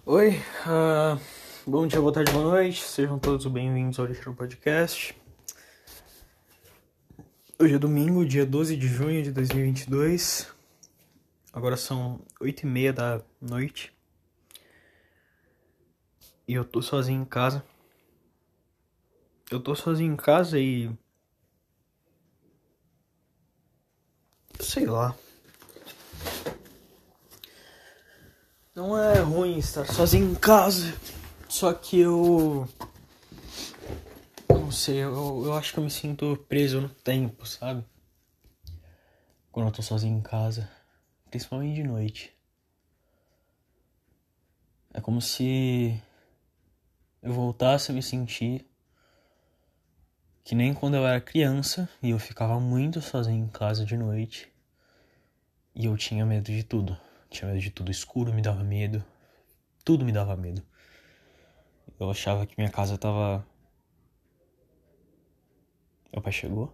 Oi, bom dia, boa tarde, boa noite, sejam todos bem-vindos ao Lixeiro Podcast. Hoje é domingo, dia 12 de junho de 2022, agora são 8h30 da noite e eu tô sozinho em casa. E sei lá, não é ruim estar sozinho em casa, só que eu não sei, eu acho que eu me sinto preso no tempo, sabe? Quando eu tô sozinho em casa, principalmente de noite. É como se eu voltasse a me sentir que nem quando eu era criança e eu ficava muito sozinho em casa de noite e eu tinha medo de tudo. Tinha medo de tudo escuro, me dava medo. Tudo me dava medo. Eu achava que minha casa tava... Meu pai chegou?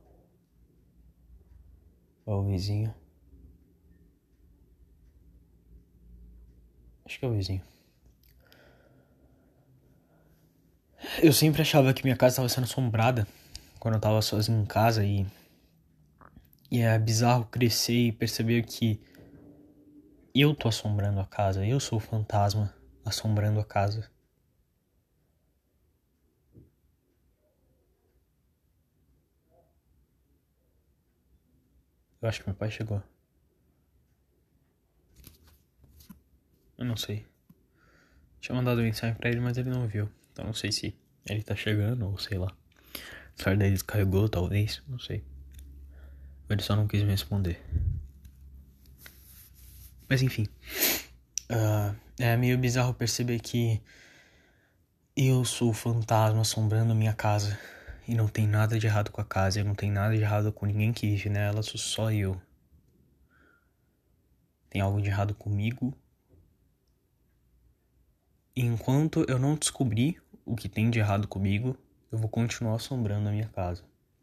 Ou o vizinho? Acho que é o vizinho. Eu sempre achava que minha casa tava sendo assombrada quando eu tava sozinho em casa e é bizarro crescer e perceber que eu tô assombrando a casa. Eu sou o fantasma assombrando a casa. Eu acho que meu pai chegou. Eu não sei. Tinha mandado mensagem pra ele, mas ele não viu. Então não sei se ele tá chegando ou sei lá. O celular dele descarregou, talvez. Não sei. Ou ele só não quis me responder. Mas enfim. É meio bizarro perceber que eu sou o fantasma assombrando a minha casa. E não tem nada de errado com a casa. E não tem nada de errado com ninguém que vive nela. Sou só eu. Tem algo de errado comigo. E enquanto eu não descobrir o que tem de errado comigo, eu vou continuar assombrando a minha casa.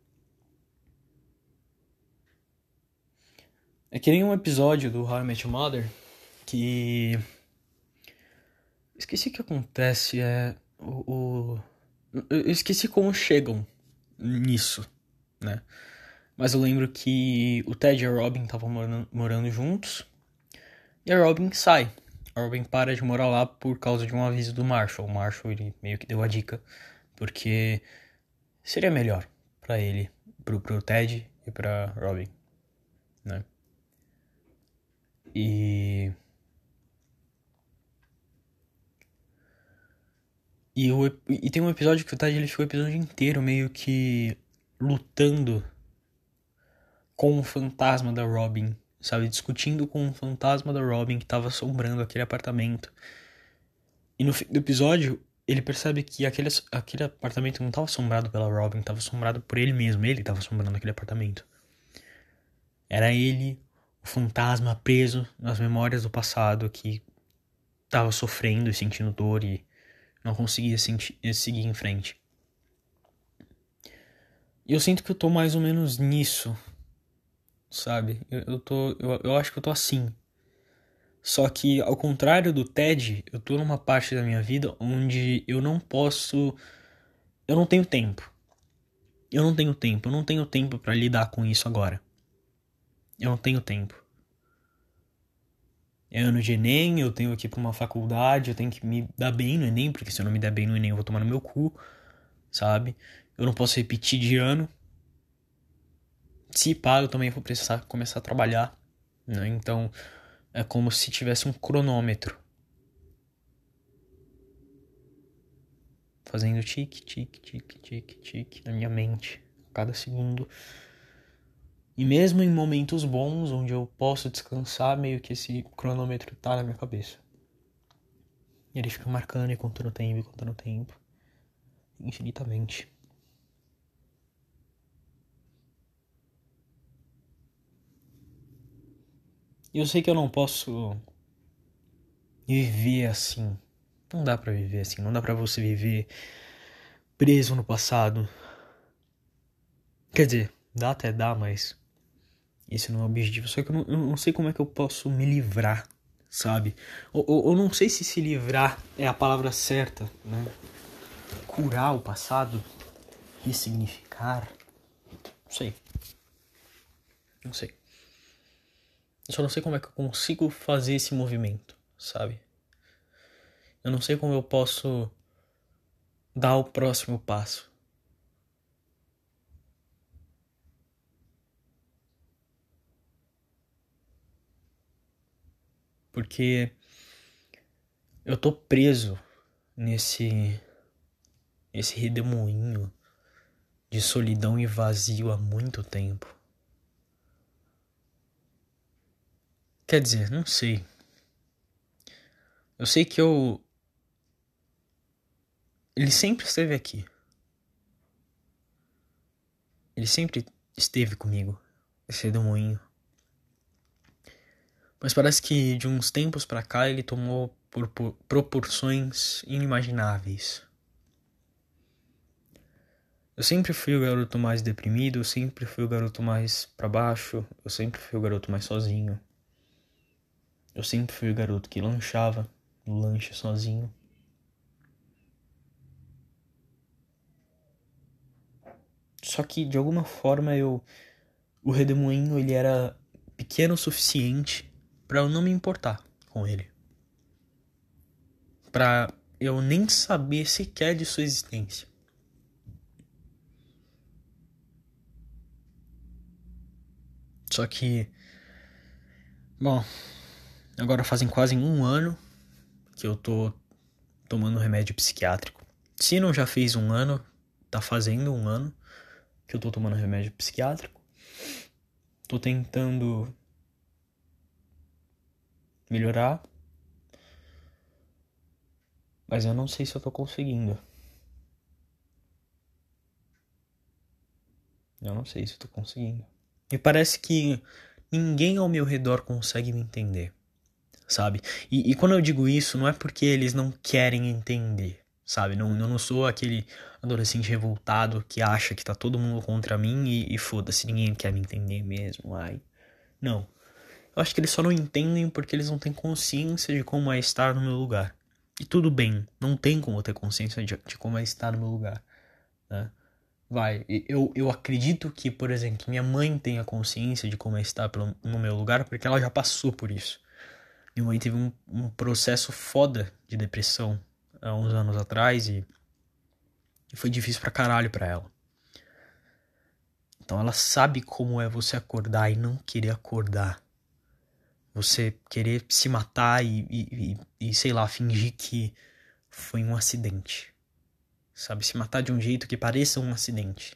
É que nem um episódio do How I Met Your Mother que... Esqueci o que acontece, Eu esqueci como chegam nisso, né? Mas eu lembro que o Ted e a Robin estavam morando juntos e a Robin sai. A Robin para de morar lá por causa de um aviso do Marshall. O Marshall, ele meio que deu a dica, porque seria melhor pra ele, pro Ted e pra Robin, né? E tem um episódio que o Ted ele ficou o episódio inteiro meio que lutando com o fantasma da Robin, sabe? Discutindo com o fantasma da Robin que tava assombrando aquele apartamento. E no fim do episódio, ele percebe que aquele apartamento não tava assombrado pela Robin, tava assombrado por ele mesmo. Ele tava assombrando aquele apartamento. Era ele, o fantasma preso nas memórias do passado que tava sofrendo e sentindo dor e não conseguia seguir em frente. E eu sinto que eu tô mais ou menos nisso, sabe? Eu acho que eu tô assim. Só que, ao contrário do Ted, eu tô numa parte da minha vida onde eu não posso... Eu não tenho tempo. Eu não tenho tempo pra lidar com isso agora. Eu não tenho tempo. É ano de Enem, eu tenho que ir pra uma faculdade, eu tenho que me dar bem no Enem, porque se eu não me der bem no Enem eu vou tomar no meu cu, sabe? Eu não posso repetir de ano. Se pá, eu também vou precisar começar a trabalhar, né? Então, é como se tivesse um cronômetro. Fazendo tique, tique, tique, tique, tique na minha mente, a cada segundo. E mesmo em momentos bons, onde eu posso descansar, meio que esse cronômetro tá na minha cabeça. E ele fica marcando e contando tempo, infinitamente. E eu sei que eu não posso viver assim. Não dá pra viver assim, não dá pra você viver preso no passado. Quer dizer, dá até dá, mas esse não é o objetivo. Só que eu não sei como é que eu posso me livrar, sabe? Eu não sei se livrar é a palavra certa, né? Curar o passado, ressignificar, não sei. Não sei. Eu só não sei como é que eu consigo fazer esse movimento, sabe? Eu não sei como eu posso dar o próximo passo. Porque eu tô preso nesse redemoinho de solidão e vazio há muito tempo. Quer dizer, não sei. Eu sei que ele sempre esteve aqui. Ele sempre esteve comigo, esse redemoinho. Mas parece que de uns tempos pra cá ele tomou por proporções inimagináveis. Eu sempre fui o garoto mais deprimido, eu sempre fui o garoto mais pra baixo, eu sempre fui o garoto mais sozinho. Eu sempre fui o garoto que lanchava no lanche sozinho. Só que de alguma forma o redemoinho ele era pequeno o suficiente pra eu não me importar com ele. Pra eu nem saber sequer de sua existência. Só que, bom, agora fazem quase um ano que eu tô tomando remédio psiquiátrico. Se não já fez um ano, tá fazendo um ano que eu tô tomando remédio psiquiátrico. Tô tentando melhorar, mas eu não sei se eu tô conseguindo. Eu não sei se eu tô conseguindo. E parece que ninguém ao meu redor consegue me entender, sabe? E quando eu digo isso, não é porque eles não querem entender, sabe? Eu não sou aquele adolescente revoltado que acha que tá todo mundo contra mim e foda-se, ninguém quer me entender mesmo, ai. Não. Eu acho que eles só não entendem porque eles não têm consciência de como é estar no meu lugar. E tudo bem, não tem como eu ter consciência de como é estar no meu lugar, né? Eu acredito que, por exemplo, minha mãe tenha consciência de como é estar no meu lugar porque ela já passou por isso. Minha mãe teve um processo foda de depressão há uns anos atrás e foi difícil pra caralho pra ela. Então ela sabe como é você acordar e não querer acordar. Você querer se matar e sei lá, fingir que foi um acidente. Sabe? Se matar de um jeito que pareça um acidente.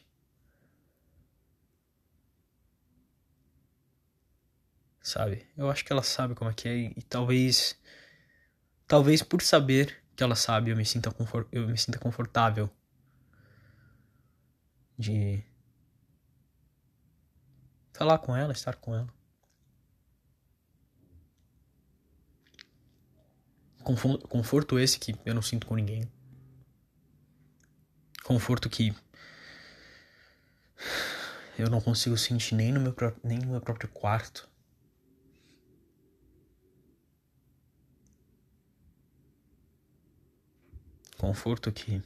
Sabe? Eu acho que ela sabe como é que é e talvez por saber que ela sabe eu me sinta confortável de falar com ela, estar com ela. Conforto esse que eu não sinto com ninguém. Conforto que eu não consigo sentir nem no meu próprio quarto. Conforto que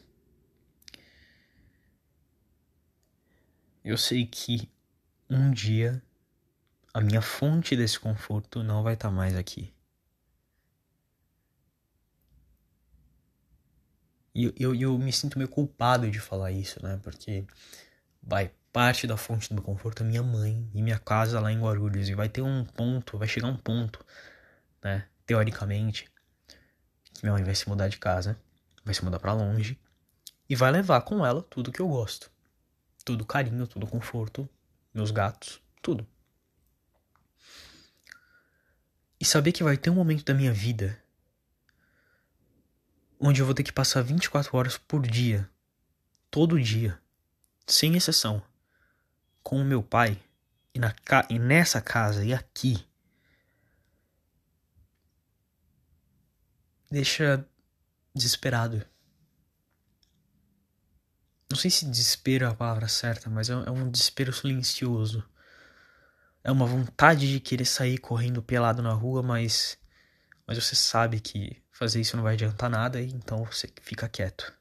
eu sei que um dia a minha fonte desse conforto não vai estar mais aqui. E eu me sinto meio culpado de falar isso, né? Porque parte da fonte do meu conforto é minha mãe e minha casa lá em Guarulhos. E vai chegar um ponto, né? Teoricamente, que minha mãe vai se mudar de casa, vai se mudar pra longe e vai levar com ela tudo que eu gosto. Tudo carinho, tudo conforto, meus gatos, tudo. E saber que vai ter um momento da minha vida onde eu vou ter que passar 24 horas por dia, todo dia, sem exceção, com o meu pai e nessa casa e aqui, deixa desesperado. Não sei se desespero é a palavra certa, mas é um desespero silencioso. É uma vontade de querer sair correndo pelado na rua, mas Mas você sabe que fazer isso não vai adiantar nada, e então você fica quieto.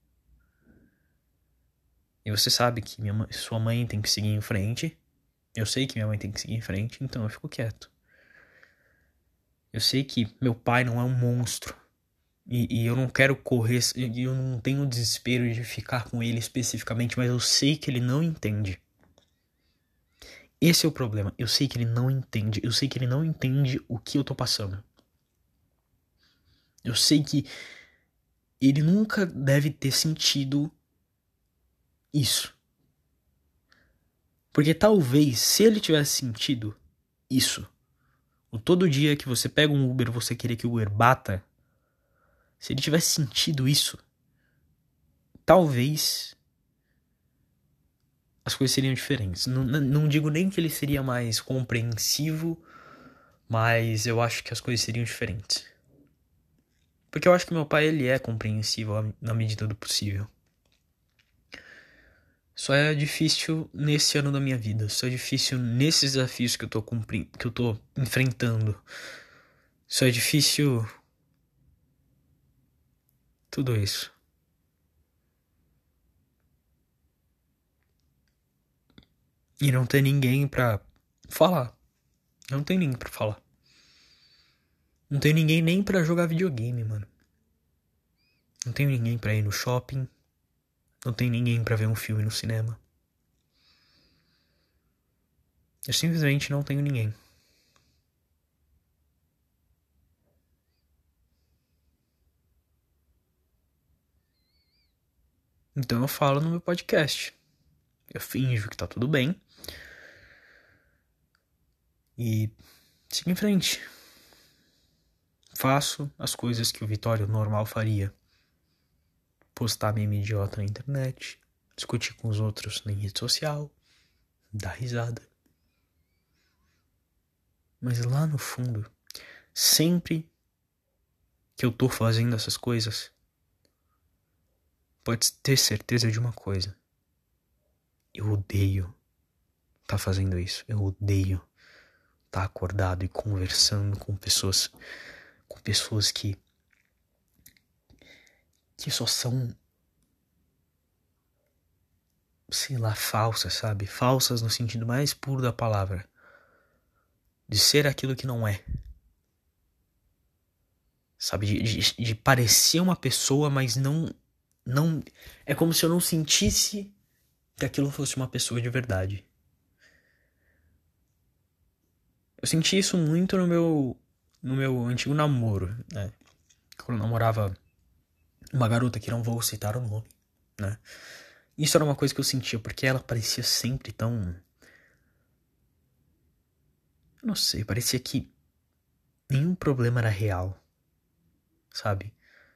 E você sabe que sua mãe tem que seguir em frente. Eu sei que minha mãe tem que seguir em frente, então eu fico quieto. Eu sei que meu pai não é um monstro. E eu não quero correr, eu não tenho desespero de ficar com ele especificamente, mas eu sei que ele não entende. Esse é o problema. Eu sei que ele não entende. Eu sei que ele não entende o que eu tô passando. Eu sei que ele nunca deve ter sentido isso. Porque talvez, se ele tivesse sentido isso, o todo dia que você pega um Uber, você querer que o Uber bata, se ele tivesse sentido isso, talvez as coisas seriam diferentes. Não digo nem que ele seria mais compreensivo, mas eu acho que as coisas seriam diferentes. Porque eu acho que meu pai, ele é compreensivo na medida do possível. Só é difícil nesse ano da minha vida. Só é difícil nesses desafios que eu tô que eu tô enfrentando. Só é difícil tudo isso. E não ter ninguém pra falar. Não tem ninguém pra falar. Não tem ninguém nem pra jogar videogame, mano. Não tem ninguém pra ir no shopping. Não tem ninguém pra ver um filme no cinema. Eu simplesmente não tenho ninguém. Então eu falo no meu podcast. Eu finjo que tá tudo bem. E sigo em frente. Faço as coisas que o Vitório normal faria. Postar meme idiota na internet. Discutir com os outros na rede social. Dar risada. Mas lá no fundo, sempre que eu tô fazendo essas coisas, pode ter certeza de uma coisa. Eu odeio tá fazendo isso. Eu odeio tá acordado e conversando com pessoas que só são, sei lá, falsas, sabe? Falsas no sentido mais puro da palavra. De ser aquilo que não é. Sabe? De parecer uma pessoa, mas não. É como se eu não sentisse que aquilo fosse uma pessoa de verdade. Eu senti isso muito no meu antigo namoro, né? Quando eu namorava uma garota que não vou citar o nome, né? Isso era uma coisa que eu sentia, porque ela parecia sempre tão... Eu não sei, parecia que nenhum problema era real, sabe?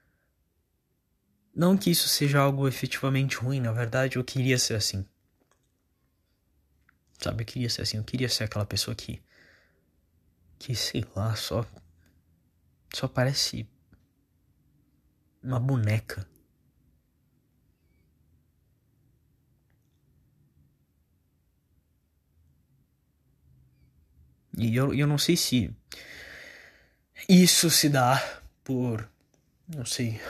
Não que isso seja algo efetivamente ruim, na verdade eu queria ser assim. Sabe, eu queria ser assim, eu queria ser aquela pessoa que sei lá, só parece uma boneca. E eu não sei se isso se dá por, não sei,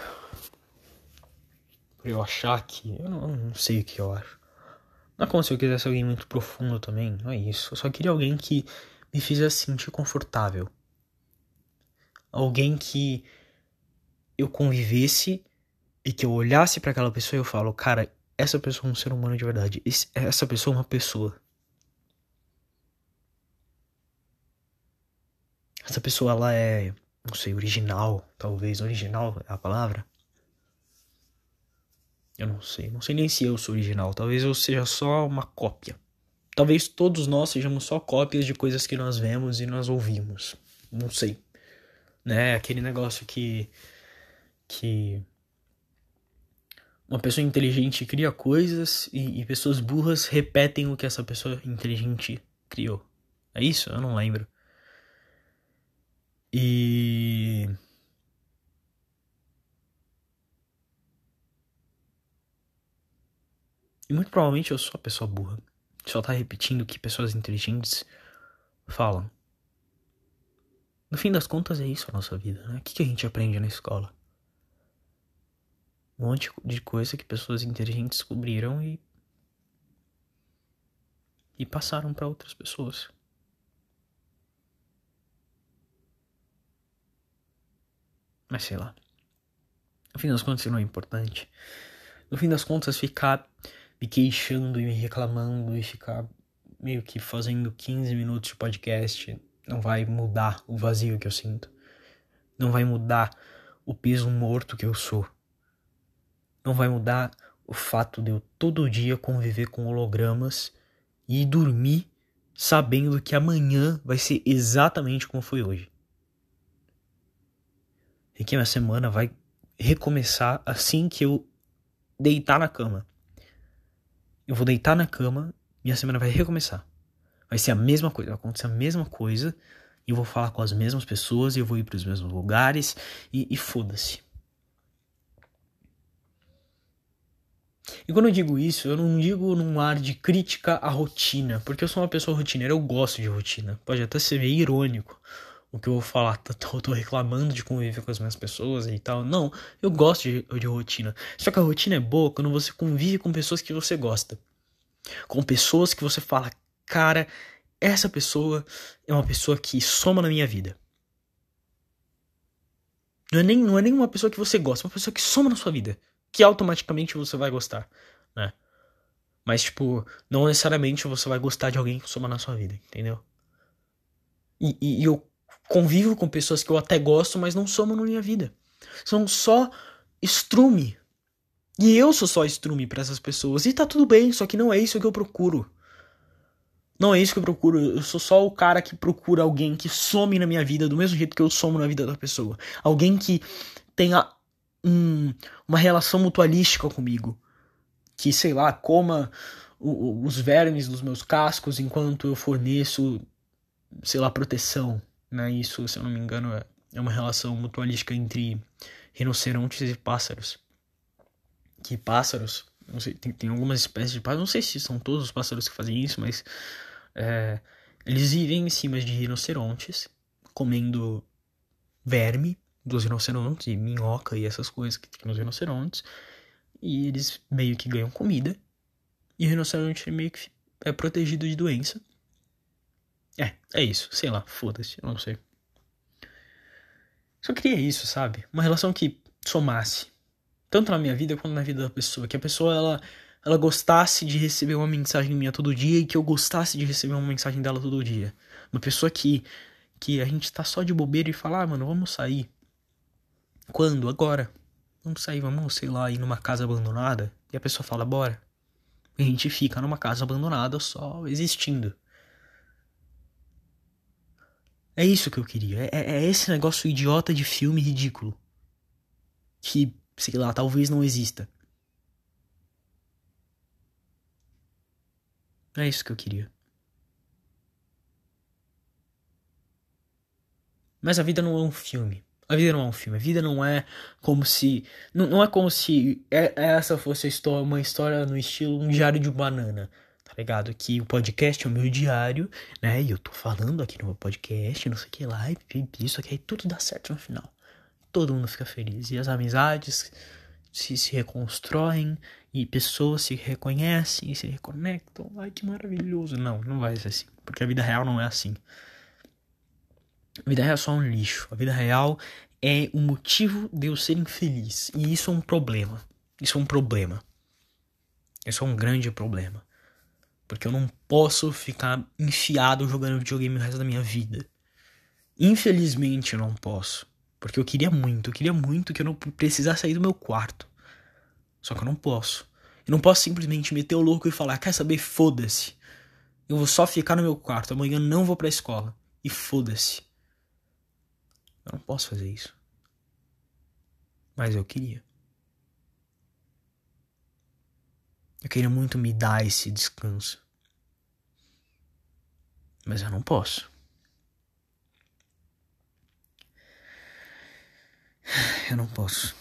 por eu achar que, eu não sei o que eu acho. Não é como se eu quisesse alguém muito profundo também, não é isso. Eu só queria alguém que me fizesse sentir confortável. Alguém que eu convivesse e que eu olhasse pra aquela pessoa e eu falo, cara, essa pessoa é um ser humano de verdade. Essa pessoa é uma pessoa. Essa pessoa, ela é, não sei, original, talvez. Original é a palavra? Eu não sei. Não sei nem se eu sou original. Talvez eu seja só uma cópia. Talvez todos nós sejamos só cópias de coisas que nós vemos e nós ouvimos. Não sei. Né? Aquele negócio que uma pessoa inteligente cria coisas e pessoas burras repetem o que essa pessoa inteligente criou. É isso? Eu não lembro. E muito provavelmente eu sou a pessoa burra. Só tá repetindo o que pessoas inteligentes falam. No fim das contas é isso a nossa vida, né? O que a gente aprende na escola? Um monte de coisa que pessoas inteligentes descobriram e passaram para outras pessoas. Mas sei lá. No fim das contas isso não é importante. No fim das contas ficar me queixando e me reclamando e ficar meio que fazendo 15 minutos de podcast não vai mudar o vazio que eu sinto. Não vai mudar o peso morto que eu sou. Não vai mudar o fato de eu todo dia conviver com hologramas e dormir sabendo que amanhã vai ser exatamente como foi hoje. E que minha semana vai recomeçar assim que eu deitar na cama. Eu vou deitar na cama, minha semana vai recomeçar. Vai ser a mesma coisa, vai acontecer a mesma coisa. E eu vou falar com as mesmas pessoas, e eu vou ir para os mesmos lugares, e foda-se. E quando eu digo isso, eu não digo num ar de crítica à rotina, porque eu sou uma pessoa rotineira, eu gosto de rotina. Pode até ser meio irônico o que eu vou falar, eu tô reclamando de conviver com as minhas pessoas e tal. Não, eu gosto de rotina. Só que a rotina é boa quando você convive com pessoas que você gosta. Com pessoas que você fala, cara, essa pessoa é uma pessoa que soma na minha vida. Não é nem uma pessoa que você gosta, é uma pessoa que soma na sua vida. Que automaticamente você vai gostar, né? Mas, tipo, não necessariamente você vai gostar de alguém que soma na sua vida, entendeu? E eu convivo com pessoas que eu até gosto, mas não somam na minha vida. São só estrume. E eu sou só estrume pra essas pessoas. E tá tudo bem, só que não é isso que eu procuro. Não é isso que eu procuro. Eu sou só o cara que procura alguém que some na minha vida do mesmo jeito que eu somo na vida da pessoa. Alguém que tenha uma relação mutualística comigo. Que, sei lá, coma os vermes dos meus cascos enquanto eu forneço, sei lá, proteção. Né? Isso, se eu não me engano, é uma relação mutualística entre rinocerontes e pássaros. Que pássaros, não sei, tem algumas espécies de pássaros, não sei se são todos os pássaros que fazem isso, mas eles vivem em cima de rinocerontes, comendo verme dos rinocerontes, e minhoca e essas coisas que tem nos rinocerontes, e eles meio que ganham comida, e o rinoceronte meio que é protegido de doença. É isso, sei lá, foda-se, eu não sei. Só queria isso, sabe? Uma relação que somasse, tanto na minha vida quanto na vida da pessoa, que a pessoa ela gostasse de receber uma mensagem minha todo dia e que eu gostasse de receber uma mensagem dela todo dia. Uma pessoa que a gente tá só de bobeira e fala, mano, vamos sair. Quando? Agora. Vamos sair, vamos, sei lá, ir numa casa abandonada. E a pessoa fala, bora. E a gente fica numa casa abandonada só existindo. É isso que eu queria. É esse negócio idiota de filme ridículo. Que, sei lá, talvez não exista. É isso que eu queria. Mas a vida não é um filme. A vida não é um filme. A vida não é como se... Não é como se essa fosse uma história no estilo um diário de banana. Tá ligado? Que o podcast é o meu diário, né? E eu tô falando aqui no meu podcast, não sei o que lá. E isso aqui, aí tudo dá certo no final. Todo mundo fica feliz. E as amizades se reconstruem. E pessoas se reconhecem e se reconectam. Ai, que maravilhoso. Não vai ser assim. Porque a vida real não é assim. A vida real é só um lixo. A vida real é o motivo de eu ser infeliz. E isso é um problema. Isso é um problema. Isso é um grande problema. Porque eu não posso ficar enfiado jogando videogame o resto da minha vida. Infelizmente eu não posso. Porque eu queria muito que eu não precisasse sair do meu quarto. Só que eu não posso. Eu não posso simplesmente meter o louco e falar, quer saber, foda-se. Eu vou só ficar no meu quarto. Amanhã não vou pra escola. E foda-se. Eu não posso fazer isso. Mas eu queria. Eu queria muito me dar esse descanso. Mas eu não posso. Eu não posso.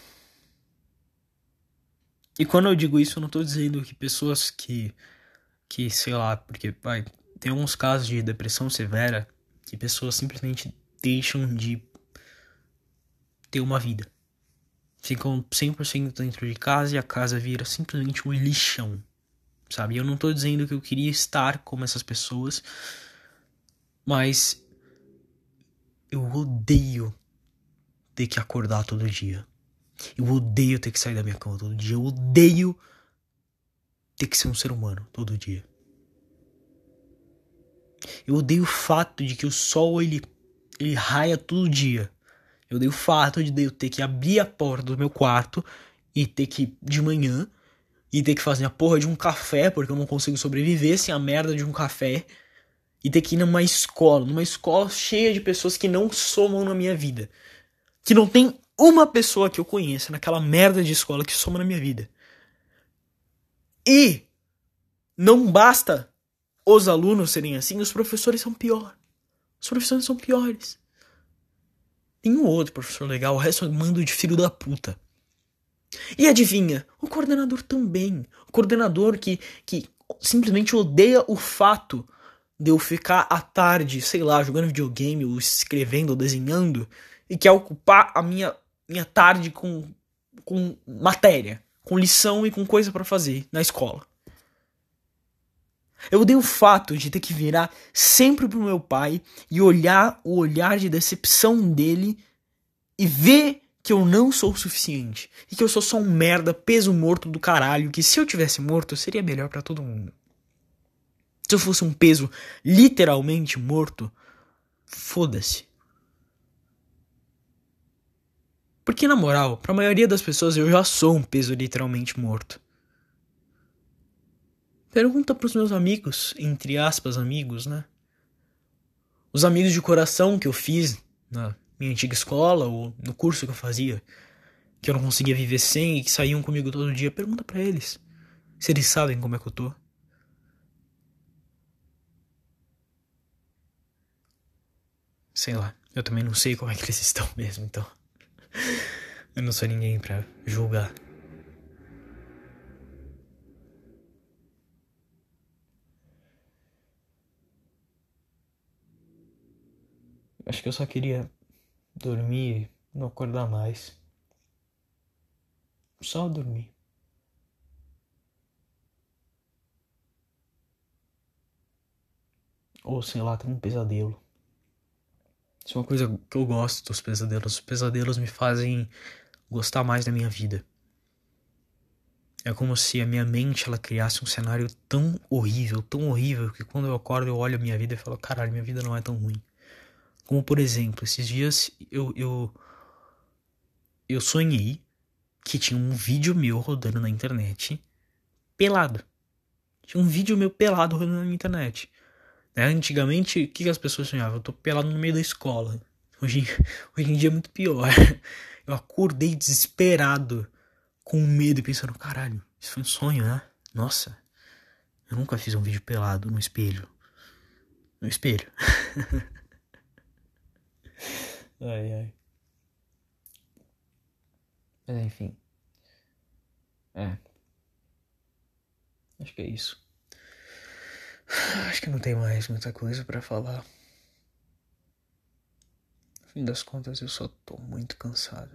E quando eu digo isso, eu não tô dizendo que pessoas que sei lá, porque tem alguns casos de depressão severa que pessoas simplesmente deixam de ter uma vida. Ficam 100% dentro de casa e a casa vira simplesmente um lixão, sabe? Eu não tô dizendo que eu queria estar como essas pessoas, mas eu odeio ter que acordar todo dia. Eu odeio ter que sair da minha cama todo dia. Eu odeio ter que ser um ser humano todo dia. Eu odeio o fato de que o sol ele raia todo dia. Eu odeio o fato de eu ter que abrir a porta do meu quarto e ter que de manhã e ter que fazer a porra de um café, porque eu não consigo sobreviver sem a merda de um café, e ter que ir numa escola cheia de pessoas que não somam na minha vida. Que não tem uma pessoa que eu conheça naquela merda de escola que soma na minha vida. E não basta os alunos serem assim, os professores são pior. Os professores são piores. Tem um outro professor legal, o resto é um mando de filho da puta. E adivinha, o coordenador também. O coordenador que simplesmente odeia o fato de eu ficar à tarde, sei lá, jogando videogame, ou escrevendo, ou desenhando, e quer ocupar a minha tarde com matéria, com lição e com coisa pra fazer na escola. Eu odeio o fato de ter que virar sempre pro meu pai e olhar o olhar de decepção dele e ver que eu não sou o suficiente. E que eu sou só um merda, peso morto do caralho, que se eu tivesse morto seria melhor pra todo mundo. Se eu fosse um peso literalmente morto, foda-se. Porque na moral, pra maioria das pessoas eu já sou um peso literalmente morto. Pergunta pros meus amigos, entre aspas amigos, né? Os amigos de coração que eu fiz na minha antiga escola ou no curso que eu fazia, que eu não conseguia viver sem e que saíam comigo todo dia, pergunta pra eles se eles sabem como é que eu tô. Sei lá, eu também não sei como é que eles estão mesmo, então eu não sou ninguém pra julgar. Acho que eu só queria dormir e não acordar mais. Só dormir. Ou sei lá, ter um pesadelo. Isso é uma coisa que eu gosto dos pesadelos. Os pesadelos me fazem gostar mais da minha vida. É como se a minha mente ela criasse um cenário tão horrível, que quando eu acordo eu olho a minha vida e falo, caralho, minha vida não é tão ruim. Como por exemplo, esses dias eu sonhei que tinha um vídeo meu rodando na internet pelado. Tinha um vídeo meu pelado rodando na internet. Antigamente, o que as pessoas sonhavam? Eu tô pelado no meio da escola. Hoje em dia é muito pior. Eu acordei desesperado, com medo e pensando, caralho, isso foi um sonho, né? Nossa, eu nunca fiz um vídeo pelado no espelho. No espelho. Ai, ai. Mas enfim. Acho que é isso. Acho que não tem mais muita coisa pra falar. No fim das contas, eu só tô muito cansado.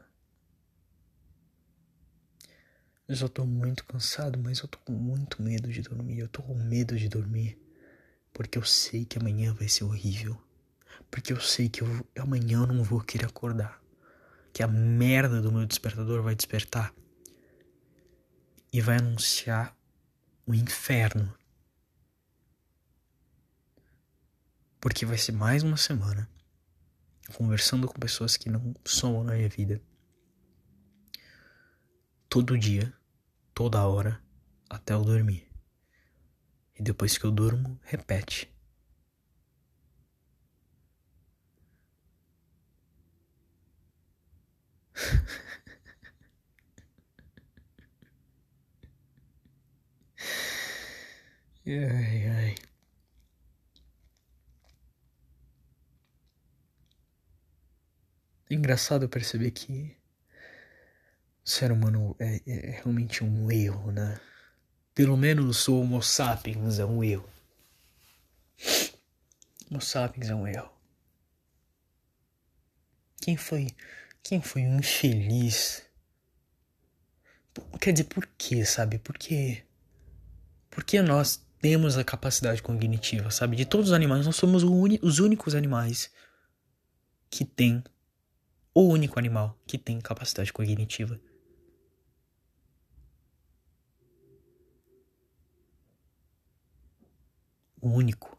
Eu só tô muito cansado, mas eu tô com muito medo de dormir. Eu tô com medo de dormir. Porque eu sei que amanhã vai ser horrível. Porque eu sei que amanhã eu não vou querer acordar. Que a merda do meu despertador vai despertar. E vai anunciar o inferno. Porque vai ser mais uma semana conversando com pessoas que não somam na minha vida. Todo dia, toda hora, até eu dormir. E depois que eu durmo, repete. Ai, ai. É engraçado perceber que o ser humano é realmente um erro, né? Pelo menos o Homo sapiens é um erro. Homo sapiens é um erro. Quem foi um infeliz? Quer dizer, por quê, sabe? Porque nós temos a capacidade cognitiva, sabe? De todos os animais, nós somos os únicos animais que têm, o único animal que tem capacidade cognitiva. O único.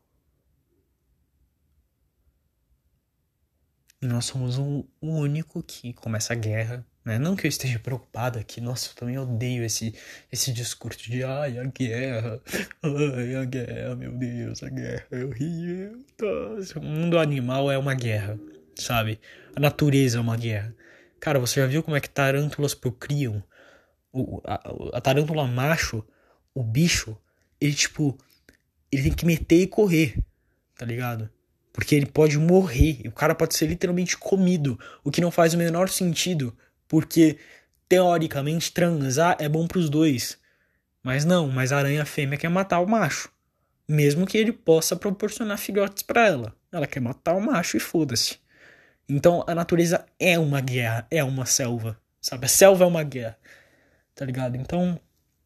E nós somos o único que começa a guerra, né? Não que eu esteja preocupado aqui, nossa, eu também odeio esse discurso de ai, a guerra, meu Deus, a guerra é horrível. Nossa, o mundo animal é uma guerra, sabe? A natureza é uma guerra. Cara, você já viu como é que tarântulas procriam? A tarântula macho, o bicho, ele tem que meter e correr, tá ligado? Porque ele pode morrer, e o cara pode ser literalmente comido, o que não faz o menor sentido, porque teoricamente transar é bom pros dois. Mas não, mas a aranha fêmea quer matar o macho, mesmo que ele possa proporcionar filhotes pra ela. Ela quer matar o macho e foda-se. Então a natureza é uma guerra, é uma selva, sabe? A selva é uma guerra, tá ligado? Então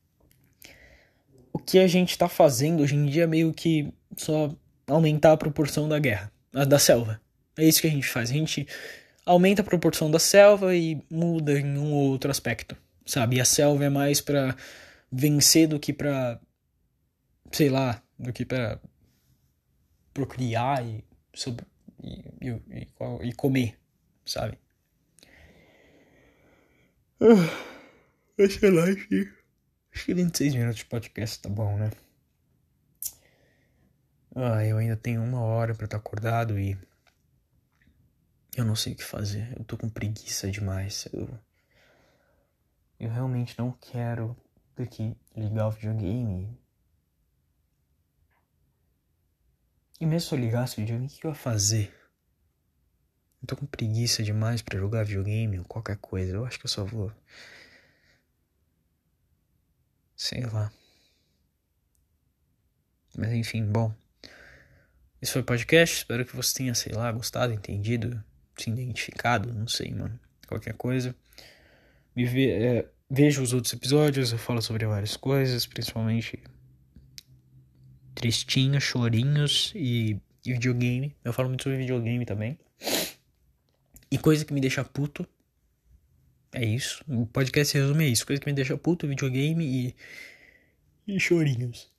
o que a gente tá fazendo hoje em dia é meio que só aumentar a proporção da guerra, da selva. É isso que a gente faz. A gente aumenta a proporção da selva e muda em um ou outro aspecto, sabe? E a selva é mais pra vencer do que pra, sei lá, do que pra procriar e comer, sabe? Sei lá, acho que 26 minutos de podcast tá bom, né? Eu ainda tenho 1 hora pra estar acordado e eu não sei o que fazer. Eu tô com preguiça demais. Eu realmente não quero ter que ligar o videogame. E mesmo se eu ligasse o videogame, o que eu ia fazer? Eu tô com preguiça demais pra jogar videogame ou qualquer coisa. Eu acho que eu só vou... sei lá. Mas enfim, bom. Esse foi o podcast. Espero que você tenha, sei lá, gostado, entendido, se identificado. Não sei, mano. Qualquer coisa. Veja os outros episódios. Eu falo sobre várias coisas, principalmente tristinhos, chorinhos e videogame. Eu falo muito sobre videogame também. E coisa que me deixa puto. É isso. O podcast resume isso. Coisa que me deixa puto, videogame e chorinhos.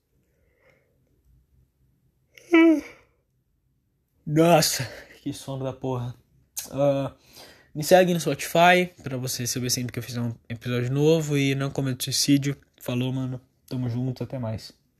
Nossa, que sono da porra. Me segue no Spotify pra você saber sempre que eu fizer um episódio novo. E não cometa suicídio. Falou, mano. Tamo junto, até mais.